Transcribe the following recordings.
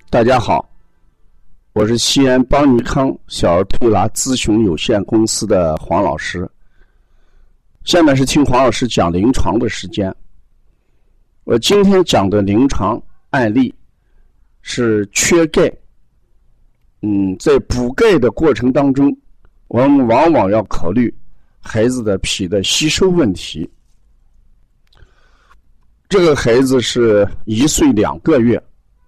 大家好，我是西安邦尼康小儿推拿咨询有限公司的黄老师。下面是听黄老师讲临床的时间。我今天讲的临床案例是缺钙。在补钙的过程当中，我们往往要考虑孩子的脾的吸收问题。这个孩子是1岁2个月。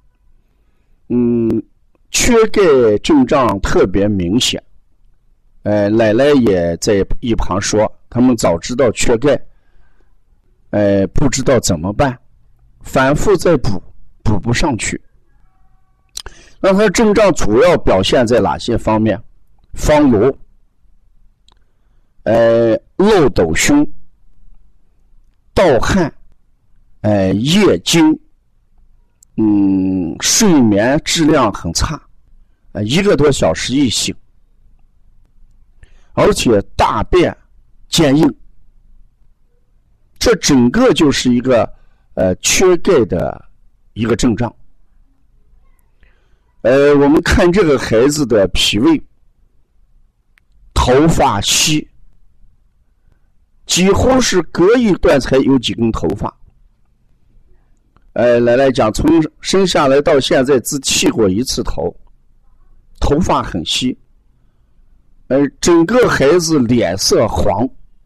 缺钙症状特别明显。奶奶也在一旁说，他们早知道缺钙，不知道怎么办，反复在补不上去。那它症状主要表现在哪些方面？方颅，漏斗胸，盗汗，夜惊，睡眠质量很差，1个多小时一醒，而且大便坚硬，这整个就是一个缺钙的一个症状。我们看这个孩子的脾胃，头发稀，几乎是隔一段才有几根头发。奶奶讲，从生下来到现在只剃过1次头，头发很稀。整个孩子脸色黄，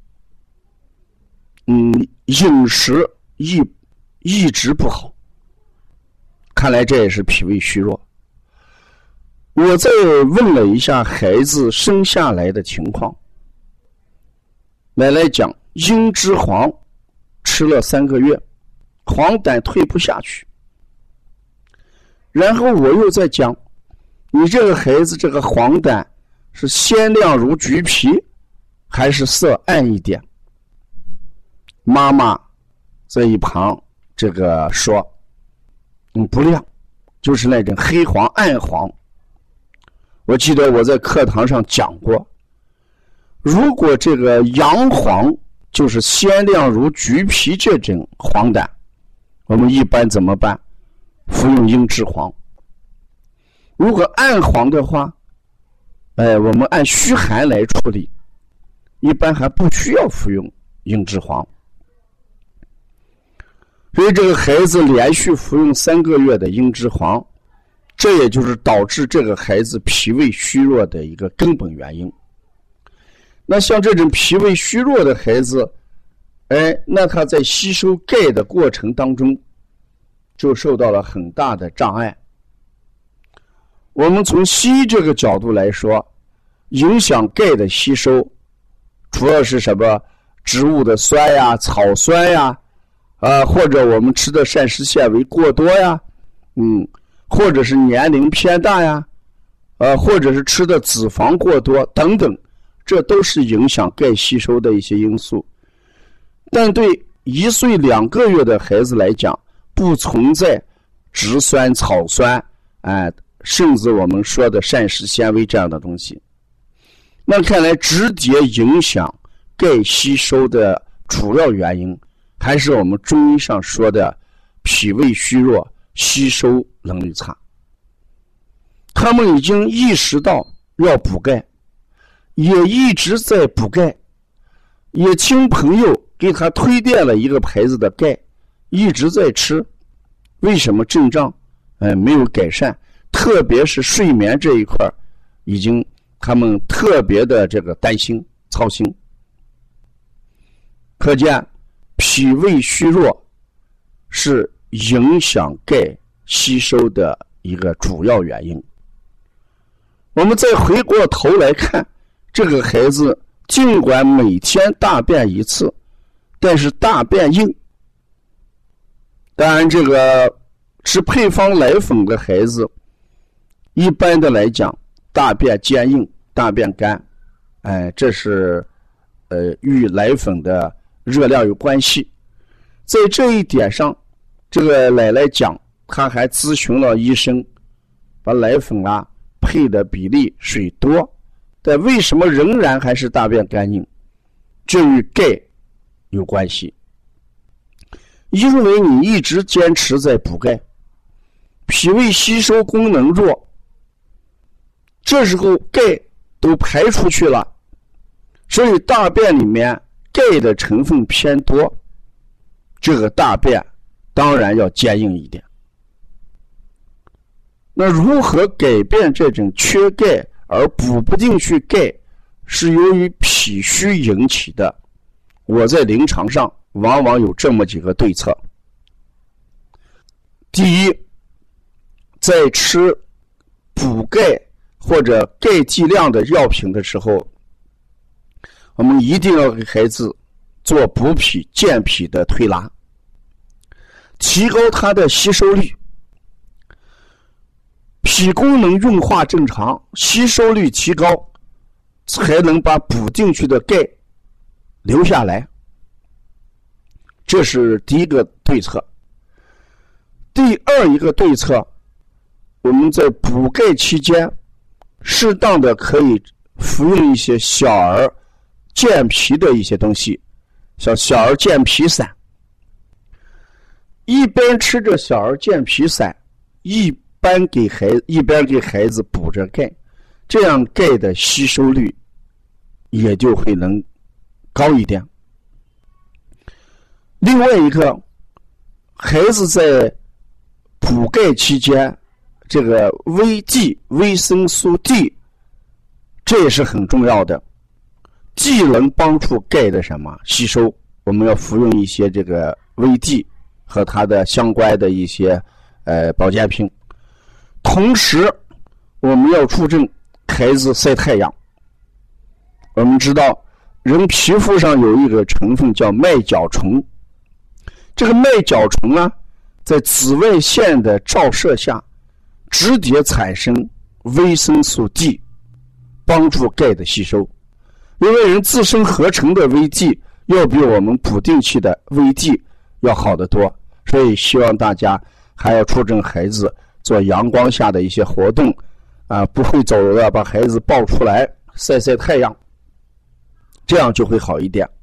饮食一直不好，看来这也是脾胃虚弱。我再问了一下孩子生下来的情况，奶奶讲鹰之黄吃了3个月，黄疸退不下去。然后我又在讲，你这个孩子这个黄疸是鲜亮如橘皮，还是色暗一点？妈妈在一旁这个说，不亮，就是那种黑黄暗黄。我记得我在课堂上讲过，如果这个阳黄就是鲜亮如橘皮这种黄疸，我们一般怎么办？服用鹰之黄。如果暗黄的话，我们按虚寒来处理，一般还不需要服用鹰之黄。所以这个孩子连续服用3个月的鹰之黄，这也就是导致这个孩子脾胃虚弱的一个根本原因。那像这种脾胃虚弱的孩子，那他在吸收钙的过程当中就受到了很大的障碍。我们从西医这个角度来说，影响钙的吸收主要是什么？植物的酸呀，草酸呀，或者我们吃的膳食纤维过多呀，或者是年龄偏大呀，或者是吃的脂肪过多等等，这都是影响钙吸收的一些因素。但对1岁2个月的孩子来讲，不存在植酸、草酸，甚至我们说的膳食纤维这样的东西。那看来直接影响钙吸收的主要原因，还是我们中医上说的脾胃虚弱，吸收能力差。他们已经意识到要补钙，也一直在补钙，也听朋友给他推荐了一个牌子的钙，一直在吃。为什么症状没有改善？特别是睡眠这一块，已经他们特别的这个担心操心。可见脾胃虚弱是影响钙吸收的一个主要原因。我们再回过头来看，这个孩子尽管每天大便1次，但是大便硬。当然这个吃配方奶粉的孩子，一般的来讲大便坚硬，大便干，这是与奶粉的热量有关系。在这一点上，这个奶奶讲，她还咨询了医生，把奶粉配的比例水多，但为什么仍然还是大便干硬？这与钙有关系。因为你一直坚持在补钙， 脾胃吸收功能弱，这时候钙都排出去了，所以大便里面钙的成分偏多，这个大便当然要坚硬一点。那如何改变这种缺钙而补不进去钙，是由于脾虚引起的？我在临床上往往有这么几个对策。第一，在吃补钙或者钙剂量的药品的时候，我们一定要给孩子做补脾健脾的推拿，提高它的吸收率。脾功能运化正常，吸收率提高，才能把补进去的钙留下来。这是第一个对策。第二一个对策，我们在补钙期间适当的可以服用一些小儿健脾的一些东西，像小儿健脾散。一边吃着小儿健脾散，一边给孩子补着钙，这样钙的吸收率也就会能高一点。另外一个，孩子在补钙期间，这个维 D 维生素 D 这也是很重要的，既能帮助钙的吸收，我们要服用一些这个维 D 和它的相关的一些保健品。同时我们要注重孩子晒太阳。我们知道人皮肤上有一个成分叫麦角醇，这个麦角醇呢，在紫外线的照射下直接产生维生素 D， 帮助钙的吸收。因为人自身合成的维 D 要比我们补进去的维 D 要好得多，所以希望大家还要注重孩子做阳光下的一些活动不会走的把孩子抱出来晒晒太阳，这样就会好一点。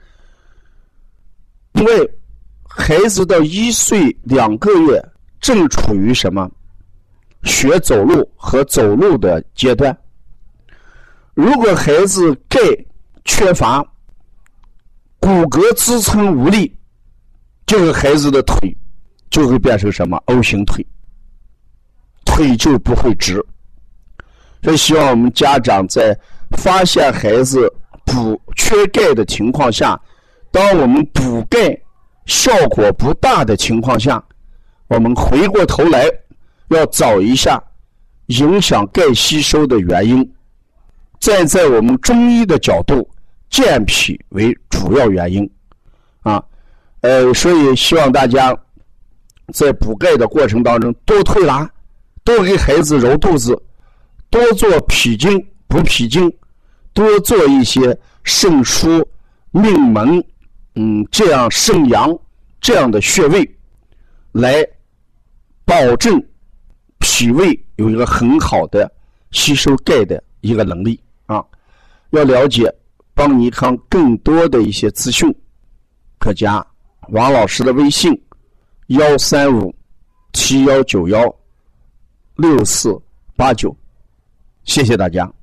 因为孩子到1岁2个月正处于学走路和走路的阶段，如果孩子钙缺乏，骨骼支撑无力，这个孩子的腿就会变成O型腿，腿就不会直。所以希望我们家长在发现孩子缺钙的情况下，当我们补钙效果不大的情况下，我们回过头来要找一下影响钙吸收的原因，再在我们中医的角度，健脾为主要原因所以希望大家在补钙的过程当中多推拿，多给孩子揉肚子，多做脾经补脾经，多做一些肾腧命门这样肾阳这样的穴位，来保证脾胃有一个很好的吸收钙的一个能力要了解邦尼康更多的一些资讯，可加王老师的微信13571916489，谢谢大家。